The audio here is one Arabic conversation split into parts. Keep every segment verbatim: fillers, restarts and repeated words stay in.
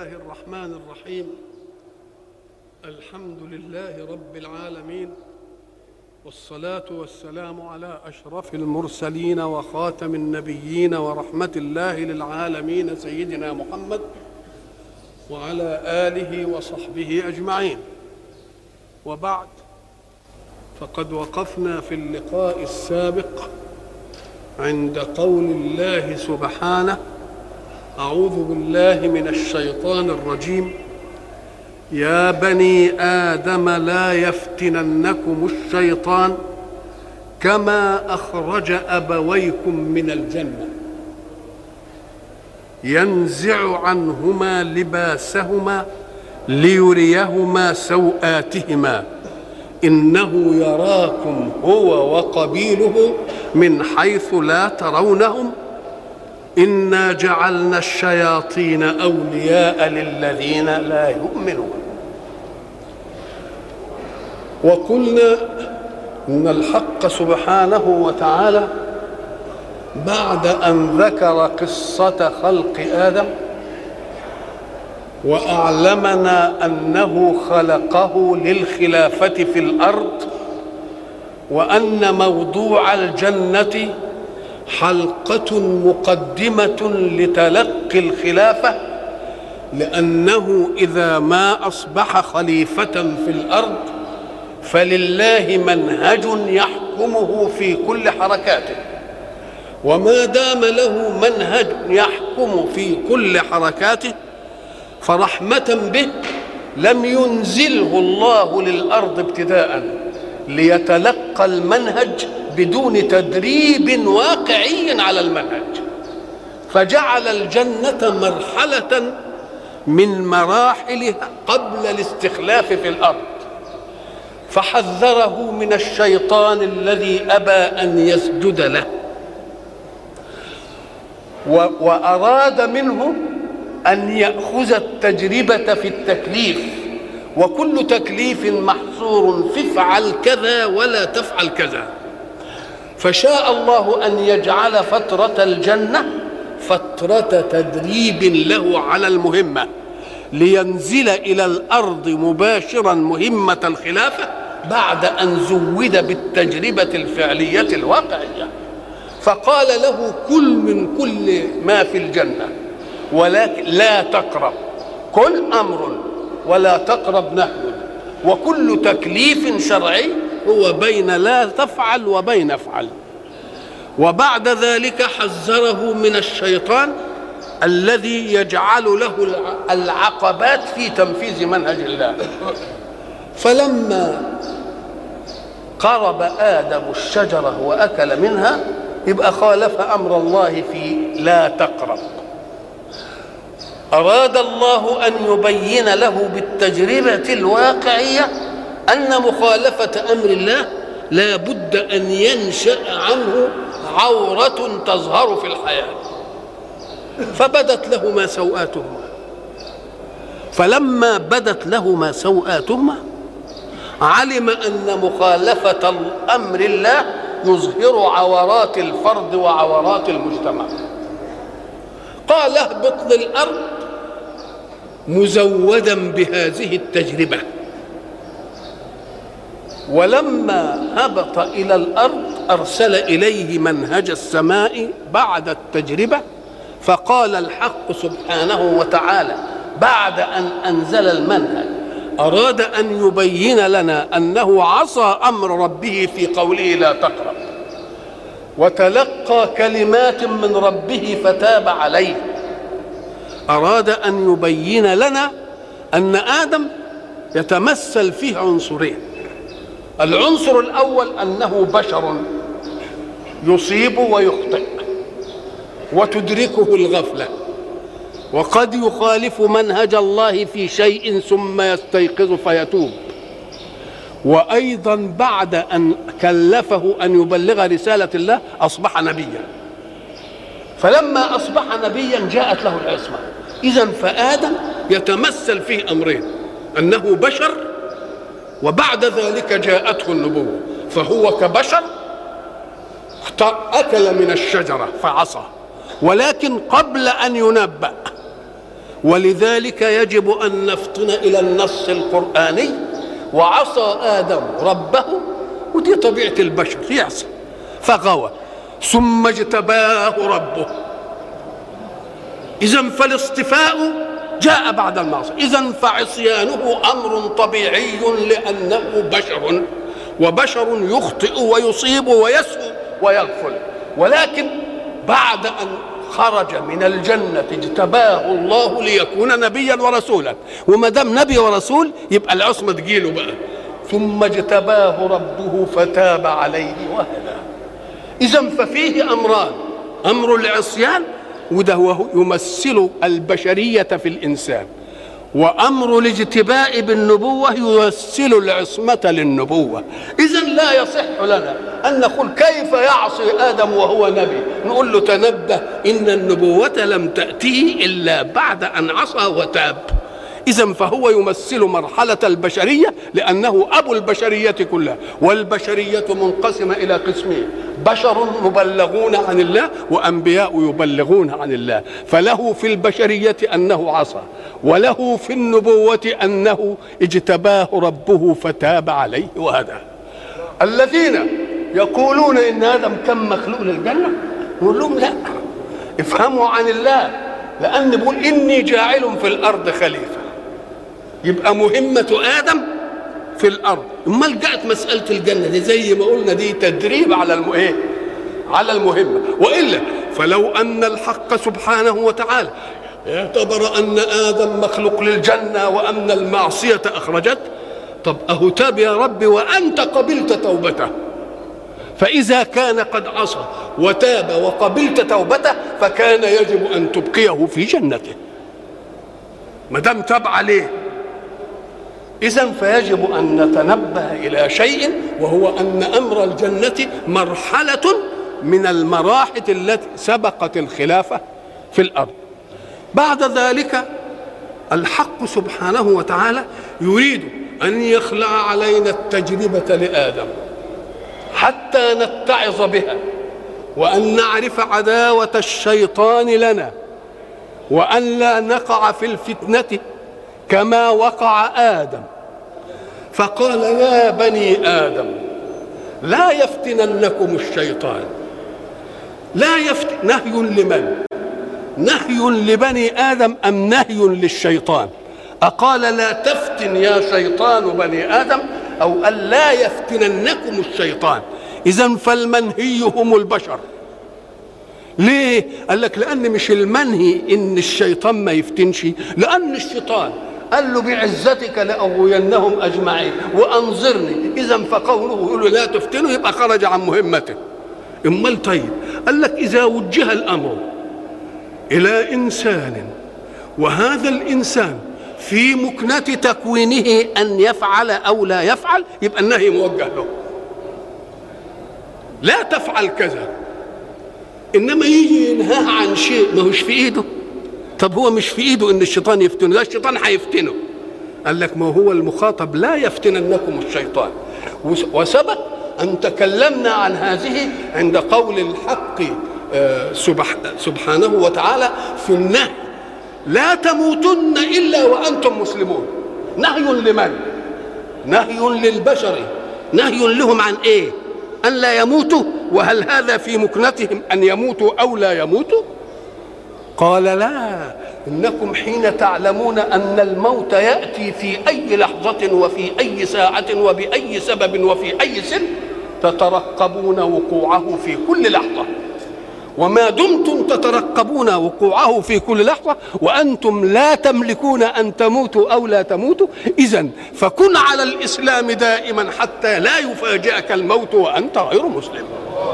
الله الرحمن الرحيم. الحمد لله رب العالمين، والصلاة والسلام على أشرف المرسلين وخاتم النبيين ورحمة الله للعالمين سيدنا محمد وعلى آله وصحبه أجمعين. وبعد، فقد وقفنا في اللقاء السابق عند قول الله سبحانه: أعوذ بالله من الشيطان الرجيم، يا بني آدم لا يفتننكم الشيطان كما أخرج أبويكم من الجنة ينزع عنهما لباسهما ليريهما سوآتهما إنه يراكم هو وقبيله من حيث لا ترونهم إنا جعلنا الشياطين أولياء للذين لا يؤمنون. وقلنا إن الحق سبحانه وتعالى بعد أن ذكر قصة خلق آدم وأعلمنا أنه خلقه للخلافة في الأرض، وأن موضوع الجنة حلقة مقدمة لتلقي الخلافة، لأنه إذا ما أصبح خليفة في الأرض فلله منهج يحكمه في كل حركاته، وما دام له منهج يحكم في كل حركاته فرحمة به لم ينزله الله للأرض ابتداء ليتلقى المنهج بدون تدريب واقعي على المنهج، فجعل الجنة مرحلة من مراحلها قبل الاستخلاف في الأرض، فحذره من الشيطان الذي أبى أن يسجد له، وأراد منه أن يأخذ التجربة في التكليف، وكل تكليف محصور في افعل كذا ولا تفعل كذا، فشاء الله أن يجعل فترة الجنة فترة تدريب له على المهمة، لينزل إلى الأرض مباشرا مهمة الخلافة بعد أن زود بالتجربة الفعلية الواقعية. فقال له: كل من كل ما في الجنة ولكن لا تقرب، كل أمر ولا تقرب نهي، وكل تكليف شرعي هو بين لا تفعل وبين افعل. وبعد ذلك حذره من الشيطان الذي يجعل له العقبات في تنفيذ منهج الله. فلما قرب آدم الشجرة وأكل منها يبقى خالف أمر الله في لا تقرب. أراد الله أن يبين له بالتجربة الواقعية أن مخالفة أمر الله لا بد أن ينشأ عنه عورة تظهر في الحياة، فبدت لهما سوآتهما. فلما بدت لهما سوآتهما علم أن مخالفة أمر الله يظهر عورات الفرد وعورات المجتمع. قال: اهبط للأرض مزودا بهذه التجربة. ولما هبط إلى الأرض أرسل إليه منهج السماء بعد التجربة، فقال الحق سبحانه وتعالى بعد أن أنزل المنهج أراد أن يبين لنا أنه عصى أمر ربه في قوله لا تقرب، وتلقى كلمات من ربه فتاب عليه. أراد أن يبين لنا أن آدم يتمثل فيه عنصرين: العنصر الأول أنه بشر يصيب ويخطئ وتدركه الغفلة، وقد يخالف منهج الله في شيء ثم يستيقظ فيتوب. وأيضا بعد أن كلفه أن يبلغ رسالة الله أصبح نبيا، فلما أصبح نبيا جاءت له العصمة. إذن فآدم يتمثل فيه أمرين: أنه بشر، وبعد ذلك جاءته النبوة، فهو كبشر أكل من الشجرة فعصى، ولكن قبل أن ينبأ ولذلك يجب أن نفطن إلى النص القرآني: وعصى آدم ربه، ودي طبيعة البشر، يعصى فغوى ثم اجتباه ربه. إذن فالاصطفاء جاء بعد المعصية، إذن فعصيانه أمر طبيعي لأنه بشر، وبشر يخطئ ويصيب ويسهو ويغفل، ولكن بعد أن خرج من الجنة اجتباه الله ليكون نبيا ورسولا، وما دام نبي ورسول يبقى العصمة تجيله بقى. ثم اجتباه ربه فتاب عليه وهدى. إذن ففيه أمران: أمر العصيان وده هو يمثل البشرية في الإنسان، وأمر الاجتباء بالنبوة يمثل العصمة للنبوة. إذن لا يصح لنا أن نقول كيف يعصي آدم وهو نبي، نقول له تنبه إن النبوة لم تأتيه إلا بعد أن عصى وتاب. إذن فهو يمثل مرحلة البشرية لأنه أبو البشرية كلها، والبشرية منقسمة إلى قسمين: بشر مبلغون عن الله وأنبياء يبلغون عن الله. فله في البشرية أنه عصى، وله في النبوة أنه اجتباه ربه فتاب عليه وهدى. الذين يقولون إن آدم كان مخلوق للجنة نقول لهم لا، افهموا عن الله، لأن بيقول إني جاعل في الأرض خليفة، يبقى مهمة آدم في الأرض. امال جاءت مسألة الجنة دي زي ما قلنا دي تدريب على المؤيه على المهمة. وإلا فلو أن الحق سبحانه وتعالى اعتبر أن آدم مخلوق للجنة وأن المعصية أخرجت، طب أهو تاب يا رب وأنت قبلت توبته، فإذا كان قد عصى وتاب وقبلت توبته فكان يجب أن تبقيه في جنته ما دام تاب عليه. إذن فيجب أن نتنبه إلى شيء، وهو أن أمر الجنة مرحلة من المراحل التي سبقت الخلافة في الأرض. بعد ذلك الحق سبحانه وتعالى يريد أن يخلع علينا التجربة لآدم حتى نتعظ بها، وأن نعرف عداوة الشيطان لنا، وأن لا نقع في الفتنة كما وقع آدم. فقال: يا بني آدم لا يفتننكم الشيطان. لا يفتن، نهي لمن؟ نهي لبني آدم أم نهي للشيطان؟ أقال لا تفتن يا شيطان بني آدم، أو قال لا يفتننكم الشيطان؟ إذن فالمنهي هم البشر. ليه؟ قال لك لأن مش المنهي إن الشيطان ما يفتنش، لأن الشيطان قال له بعزتك لأغوينهم أجمعين وأنظرني. إذن فقوله يقول له لا تفتنوا يبقى خرج عن مهمته. امال طيب، قال لك إذا وجه الأمر إلى إنسان وهذا الإنسان في مكنة تكوينه أن يفعل أو لا يفعل، يبقى النهي موجه له، لا تفعل كذا. إنما يجي ينهاه عن شيء ما هوش في إيده. طب هو مش في إيده إن الشيطان يفتنه، ده الشيطان هيفتنه. قال لك ما هو المخاطب لا يفتننكم الشيطان. وسبق أن تكلمنا عن هذه عند قول الحق سبحانه وتعالى في النهي: لا تموتن إلا وأنتم مسلمون. نهي لمن؟ نهي للبشر. نهي لهم عن إيه؟ أن لا يموتوا. وهل هذا في مكنتهم أن يموتوا أو لا يموتوا؟ قال: لا، إنكم حين تعلمون أن الموت يأتي في أي لحظة وفي أي ساعة وبأي سبب وفي أي سن تترقبون وقوعه في كل لحظة. وما دمتم تترقبون وقوعه في كل لحظة وأنتم لا تملكون أن تموتوا أو لا تموتوا، إذن فكن على الإسلام دائما حتى لا يفاجئك الموت وأنت غير مسلم.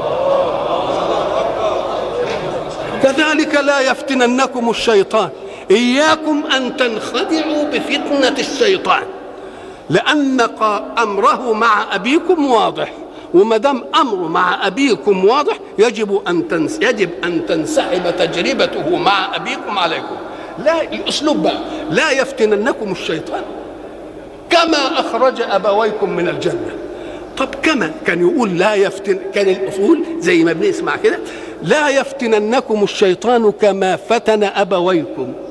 كذلك لا يفتننكم الشيطان. إياكم أن تنخدعوا بفتنة الشيطان، لأن أمره مع أبيكم واضح، وما دام أمره مع أبيكم واضح يجب أن تنس يجب أن تنسحب تجربته مع أبيكم عليكم. لا، الأسلوب بقى: لا يفتننكم الشيطان كما أخرج أبويكم من الجنة. طب كما كان يقول لا يفتن، كان الأصول زي ما بنسمع كده: لا يفتننكم الشيطان كما فتن أبويكم.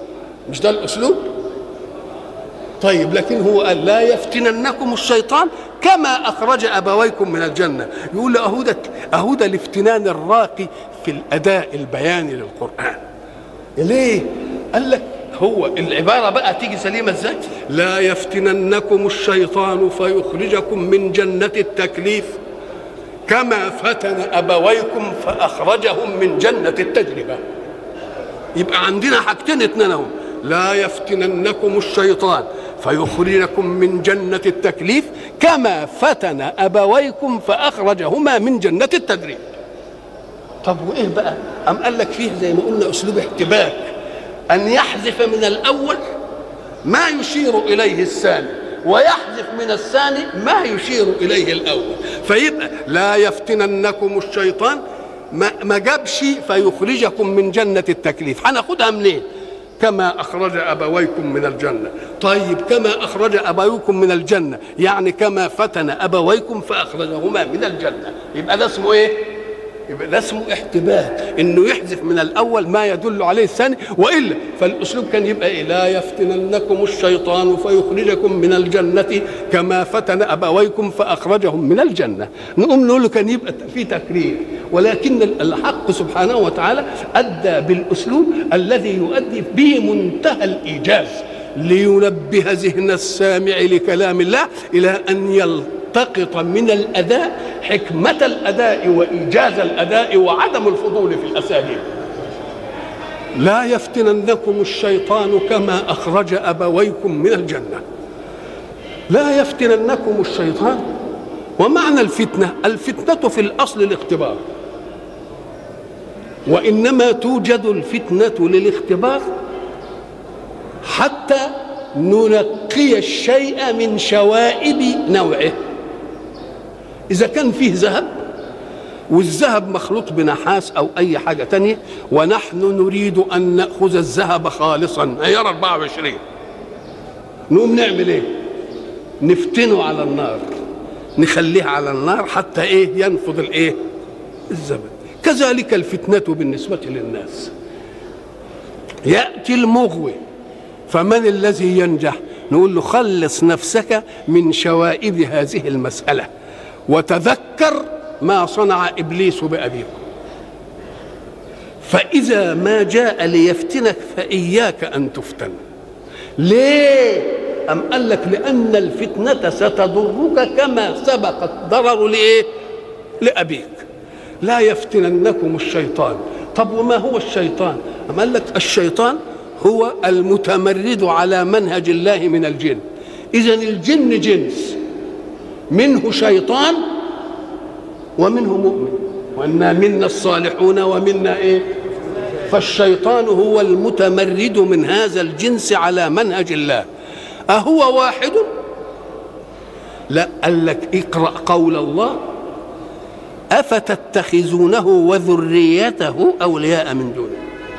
مش ده الأسلوب؟ طيب لكن هو قال لا يفتننكم الشيطان كما أخرج أبويكم من الجنة. يقول أهو ده أهو ده الافتنان الراقي في الأداء البياني للقرآن. ليه؟ قال لك هو العبارة بقى تيجي سليمة ازاي؟ لا يفتننكم الشيطان فيخرجكم من جنة التكليف كما فتن أبويكم فأخرجهم من جنة التجربة. يبقى عندنا حاجتين اتنين اهو، لا يفتننكم الشيطان فيخرجكم من جنة التكليف كما فتن أبويكم فأخرجهما من جنة التدريب. طب وإيه بقى؟ أم قال لك فيه زي ما قلنا أسلوب احتباك، أن يحذف من الأول ما يشير إليه الثاني ويحذف من الثاني ما يشير إليه الأول، فيبقى لا يفتننكم الشيطان ما جابش فيخرجكم من جنة التكليف. هناخدها منين؟ كما أخرج أبويكم من الجنة. طيب كما أخرج أبويكم من الجنة يعني كما فتن أبويكم فأخرجهما من الجنة، يبقى ده اسمه إيه؟ يبقى ده اسمه احتباك، إنه يحذف من الأول ما يدل عليه الثاني، وإلا فالأسلوب كان يبقى إيه؟ لا يفتننكم الشيطان فيخرجكم من الجنة كما فتن أبويكم فأخرجهم من الجنة. نقوم نقول له كان يبقى في تكرير، ولكن الحق سبحانه وتعالى أدى بالأسلوب الذي يؤدي به منتهى الإيجاز لينبه ذهن السامع لكلام الله إلى أن يلتقط من الأداء حكمة الأداء وإيجاز الأداء وعدم الفضول في الأساليب. لا يفتننكم الشيطان كما أخرج أبويكم من الجنة. لا يفتننكم الشيطان، ومعنى الفتنة، الفتنة في الأصل الاختبار، وإنما توجد الفتنة للاختبار حتى ننقي الشيء من شوائب نوعه. إذا كان فيه ذهب والذهب مخلوط بنحاس أو أي حاجة تانية ونحن نريد أن نأخذ الذهب خالصا عيار أربعة وعشرين، نقوم نعمل إيه؟ نفتنه على النار، نخليه على النار حتى إيه؟ ينفض الإيه؟ الزبد. كذلك الفتنة بالنسبة للناس، يأتي المغوي فمن الذي ينجح؟ نقول له خلص نفسك من شوائب هذه المسألة وتذكر ما صنع إبليس بأبيكم، فإذا ما جاء ليفتنك فإياك أن تفتن. ليه؟ أم قال لك لأن الفتنة ستضرك كما سبق الضرر لإيه؟ لأبيك. لا يفتننكم الشيطان. طب وما هو الشيطان؟ أم قال لك الشيطان هو المتمرد على منهج الله من الجن. إذن الجن جنس، منه شيطان ومنه مؤمن، وإنا منا الصالحون ومنا إيه؟ فالشيطان هو المتمرد من هذا الجنس على منهج الله. أهو واحد؟ لا، قال لك اقرأ قول الله أفتتخذونه وذريته أولياء من دونه،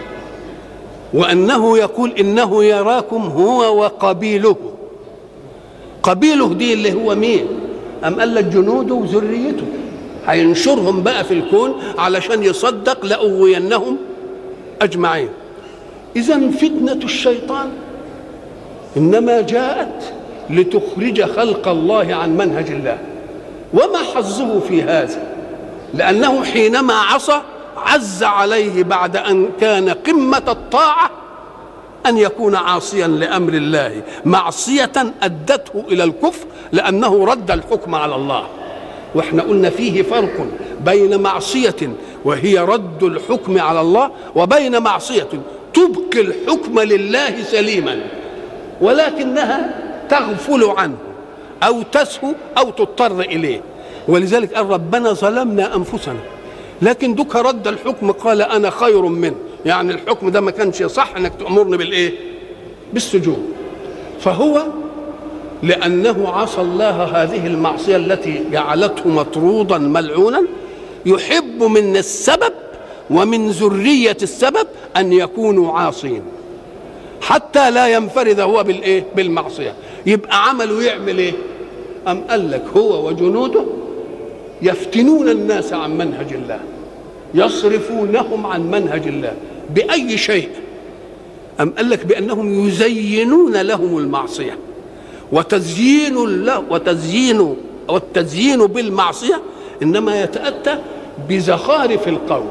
وأنه يقول إنه يراكم هو وقبيله. قبيله دي اللي هو مين؟ أم قال لك جنوده وذريته، هينشرهم بقى في الكون علشان يصدق لأغوينهم أجمعين. إذن فتنة الشيطان إنما جاءت لتخرج خلق الله عن منهج الله. وما حظه في هذا؟ لأنه حينما عصى عز عليه بعد أن كان قمة الطاعة أن يكون عاصيا لأمر الله، معصية أدته إلى الكفر لأنه رد الحكم على الله. واحنا قلنا فيه فرق بين معصية وهي رد الحكم على الله، وبين معصية تبقي الحكم لله سليما ولكنها تغفل عنه أو تسهو أو تضطر إليه. ولذلك قال ربنا ظلمنا أنفسنا، لكن دوك رد الحكم قال أنا خير منه، يعني الحكم ده ما كانش صح انك تأمرني بالايه؟ بالسجود. فهو لأنه عصى الله هذه المعصية التي جعلته مطرودا ملعونا يحب من السبب ومن ذرية السبب أن يكونوا عاصين حتى لا ينفرد هو بالايه؟ بالمعصية. يبقى عمله يعمل ايه؟ أم قال لك هو وجنوده يفتنون الناس عن منهج الله، يصرفونهم عن منهج الله بأي شيء. أم قال لك بأنهم يزينون لهم المعصية، وتزيين له وتزيين والتزيين بالمعصية إنما يتأتى بزخارف القول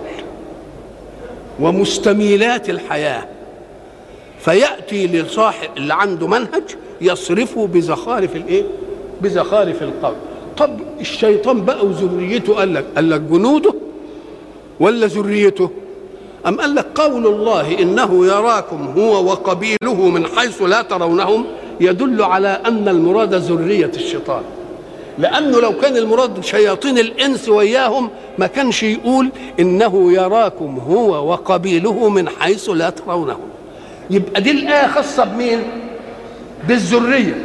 ومستميلات الحياة، فيأتي لصاحب اللي عنده منهج يصرفه بزخارف الايه؟ بزخارف القول. طب الشيطان بقى وذريته قال لك قال لك جنوده ولا ذريته؟ أم قال لك قول الله إنه يراكم هو وقبيله من حيث لا ترونهم يدل على أن المراد ذرية الشيطان، لأنه لو كان المراد شياطين الإنس وياهم ما كانش يقول إنه يراكم هو وقبيله من حيث لا ترونهم. يبقى دي الآية خاصة بمين؟ بالذرية.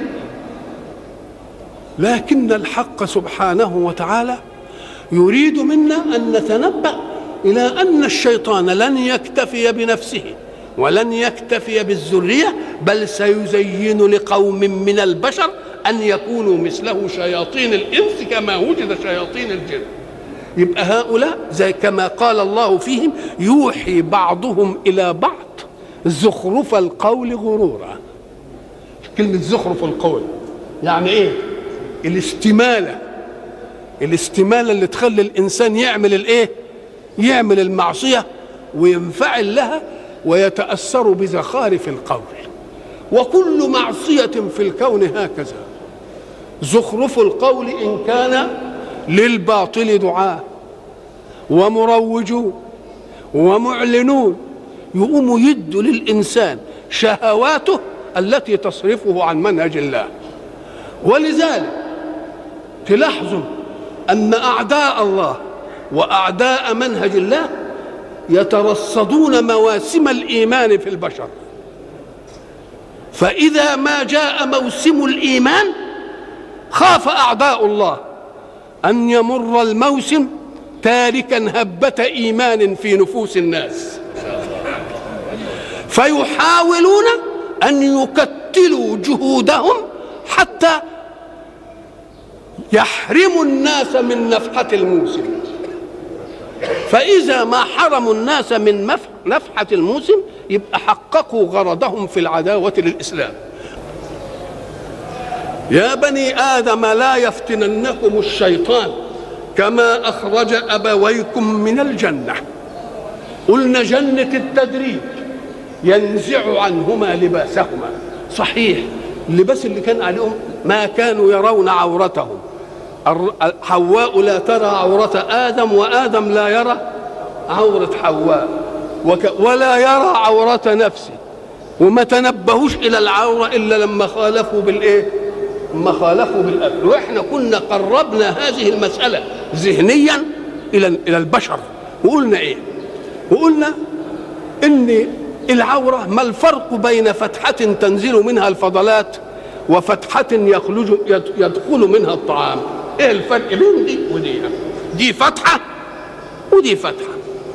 لكن الحق سبحانه وتعالى يريد منا أن نتنبأ إلى أن الشيطان لن يكتفي بنفسه ولن يكتفي بالذرية، بل سيزين لقوم من البشر أن يكونوا مثله شياطين الإنس كما وجد شياطين الجن. يبقى هؤلاء زي كما قال الله فيهم يوحي بعضهم إلى بعض زخرف القول غرورا. كلمة زخرف القول يعني إيه؟ الاستمالة، الاستمالة اللي تخلي الإنسان يعمل الإيه؟ يعمل المعصية وينفعل لها ويتأثر بزخارف القول. وكل معصية في الكون هكذا، زخرف القول إن كان للباطل دعاء ومروجون ومعلنون يقوموا يدوا للإنسان شهواته التي تصرفه عن منهج الله. ولذلك تلاحظوا أن أعداء الله وأعداء منهج الله يترصدون مواسم الإيمان في البشر، فإذا ما جاء موسم الإيمان خاف أعداء الله أن يمر الموسم تاركا هبة إيمان في نفوس الناس، فيحاولون أن يكتلوا جهودهم حتى يحرموا الناس من نفحة الموسم. فإذا ما حرموا الناس من نفحة الموسم يبقى حققوا غرضهم في العداوة للإسلام. يا بني آدم لا يفتننكم الشيطان كما أخرج أبويكم من الجنة. قلنا جنة التدريج ينزع عنهما لباسهما، صحيح اللباس اللي كان عليهم ما كانوا يرون عورتهم. حواء لا ترى عورة آدم وآدم لا يرى عورة حواء، ولا يرى عورة نفسه، وما تنبهوش إلى العورة إلا لما خالفوا بالإيه؟ لما خالفوا بالأكل. وإحنا كنا قربنا هذه المسألة ذهنيا إلى إلى البشر وقلنا إيه؟ وقلنا إن العورة ما الفرق بين فتحة تنزل منها الفضلات وفتحة يخرج يدخل منها الطعام؟ ايه الفرق بين دي ودي؟ دي فتحة ودي فتحة.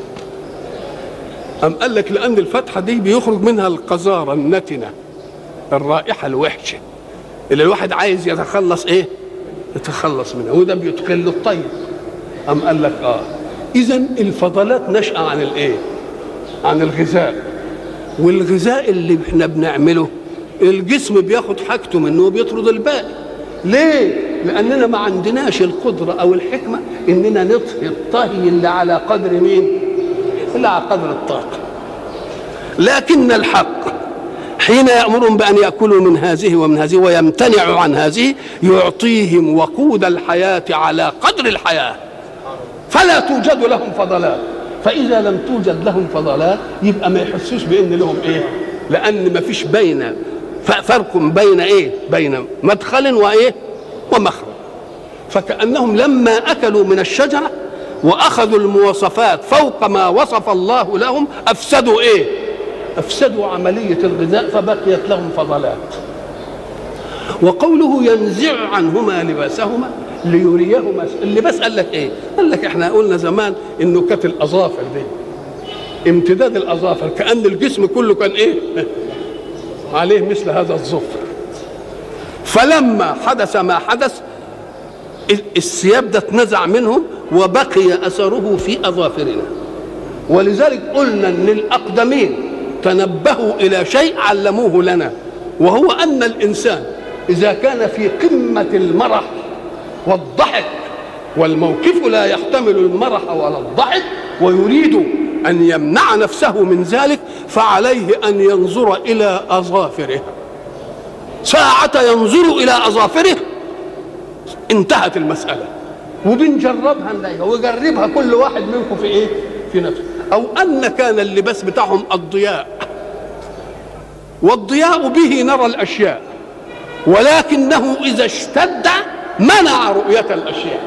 أم قال لك لأن الفتحة دي بيخرج منها القذارة النتنة الرائحة الوحشة اللي الواحد عايز يتخلص ايه؟ يتخلص منها، وده بيدخل له الطيب. أم قال لك اه إذن الفضلات نشأة عن الايه؟ عن الغذاء، والغذاء اللي احنا بنعمله الجسم بياخد حاجته منه وبيطرد الباقي. ليه؟ لأننا ما عندناش القدرة أو الحكمة إننا نطهي الطهي اللي على قدر مين؟ اللي على قدر الطاقة. لكن الحق حين يأمرهم بأن يأكلوا من هذه ومن هذه ويمتنعوا عن هذه يعطيهم وقود الحياة على قدر الحياة، فلا توجد لهم فضلات. فإذا لم توجد لهم فضلات يبقى ما يحسوش بأن لهم إيه؟ لأن ما فيش بين فرق بين إيه؟ بين مدخل وإيه؟ ومخرج. فكأنهم لما أكلوا من الشجرة وأخذوا المواصفات فوق ما وصف الله لهم أفسدوا إيه؟ أفسدوا عملية الغذاء فبقيت لهم فضلات. وقوله ينزع عنهما لباسهما ليريهما اللباس، قال لك إيه؟ قال لك إحنا قلنا زمان إنه كانت الأظافر دي امتداد الأظافر كأن الجسم كله كان إيه؟ عليه مثل هذا الظفر. فلما حدث ما حدث الثياب ده اتنزع منهم وبقي أثره في أظافرنا. ولذلك قلنا إن الأقدمين تنبهوا إلى شيء علموه لنا، وهو أن الإنسان إذا كان في قمة المرح والضحك، والموقف لا يحتمل المرح ولا الضحك، ويريد أن يمنع نفسه من ذلك، فعليه أن ينظر إلى أظافره. ساعة ينظر إلى أظافره انتهت المسألة. وبنجربها نلاقيها، ويجربها كل واحد منكم في إيه؟ في نفسه. أو أن كان اللباس بتاعهم الضياء، والضياء به نرى الأشياء، ولكنه إذا اشتد منع رؤية الأشياء،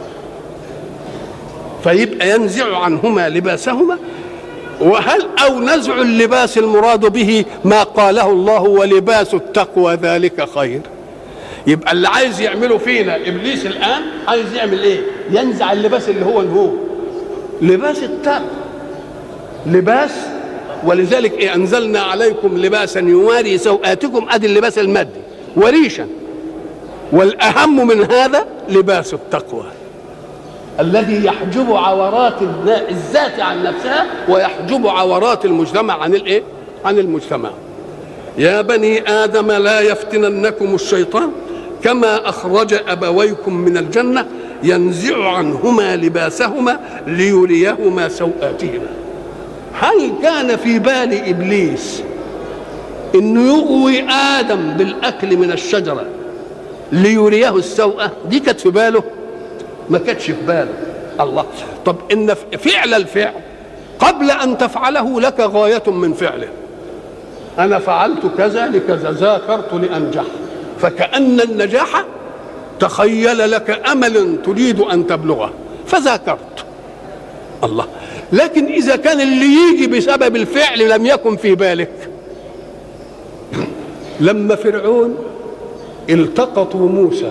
فيبقى ينزع عنهما لباسهما. وهل أو نزع اللباس المراد به ما قاله الله ولباس التقوى ذلك خير؟ يبقى اللي عايز يعمله فينا إبليس الآن عايز يعمل إيه؟ ينزع اللباس اللي هو هو لباس التقوى، لباس. ولذلك إيه؟ أنزلنا عليكم لباسا يواري سوآتكم، أدي اللباس المادي وريشا. والأهم من هذا لباس التقوى الذي يحجب عورات الذات عن نفسها ويحجب عورات المجتمع عن الايه؟ عن المجتمع. يا بني آدم لا يفتننكم الشيطان كما أخرج أبويكم من الجنة ينزع عنهما لباسهما ليريهما سوآتهما. هل كان في بال إبليس إنه يغوي آدم بالأكل من الشجرة ليريه السوءة؟ دي كانت في باله؟ ما كانتش في باله. الله. طب إن فعل الفعل قبل أن تفعله لك غاية من فعله. أنا فعلت كذا لكذا، ذاكرت لأنجح، فكأن النجاح تخيل لك أمل تريد أن تبلغه فذاكرت. الله. لكن إذا كان اللي يجي بسبب الفعل لم يكن في بالك، لما فرعون التقطوا موسى،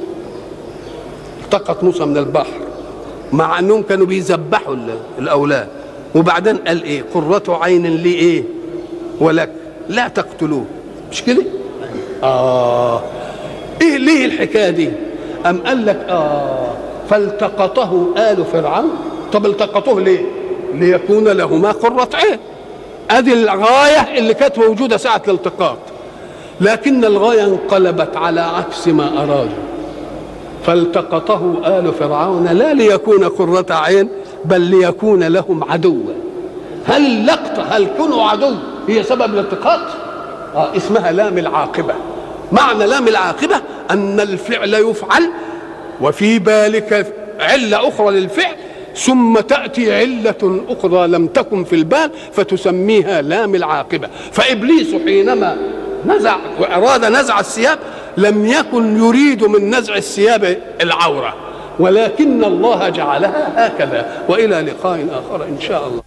التقط موسى من البحر مع أنهم كانوا بيذبحوا الأولاد، وبعدين قال إيه؟ قرة عين لي إيه ولك لا تقتلوه، مش كده؟ آه إيه ليه الحكاية دي؟ أم قال لك آه فالتقطه آل فرعون. طب التقطوه ليه؟ ليكون لهما قرة عين. ادي الغاية اللي كانت موجودة ساعة الالتقاط، لكن الغاية انقلبت على عكس ما أرادوا، فالتقطه آل فرعون لا ليكون قرة عين بل ليكون لهم عدوا. هل اللقطة هل كونوا عدو هي سبب الالتقاط؟ آه اسمها لام العاقبة. معنى لام العاقبة أن الفعل يفعل وفي بالك علة أخرى للفعل، ثم تأتي علة أخرى لم تكن في البال فتسميها لام العاقبة. فإبليس حينما نزع وأراد نزع الثياب لم يكن يريد من نزع الثياب العورة، ولكن الله جعلها هكذا. وإلى لقاء آخر إن شاء الله.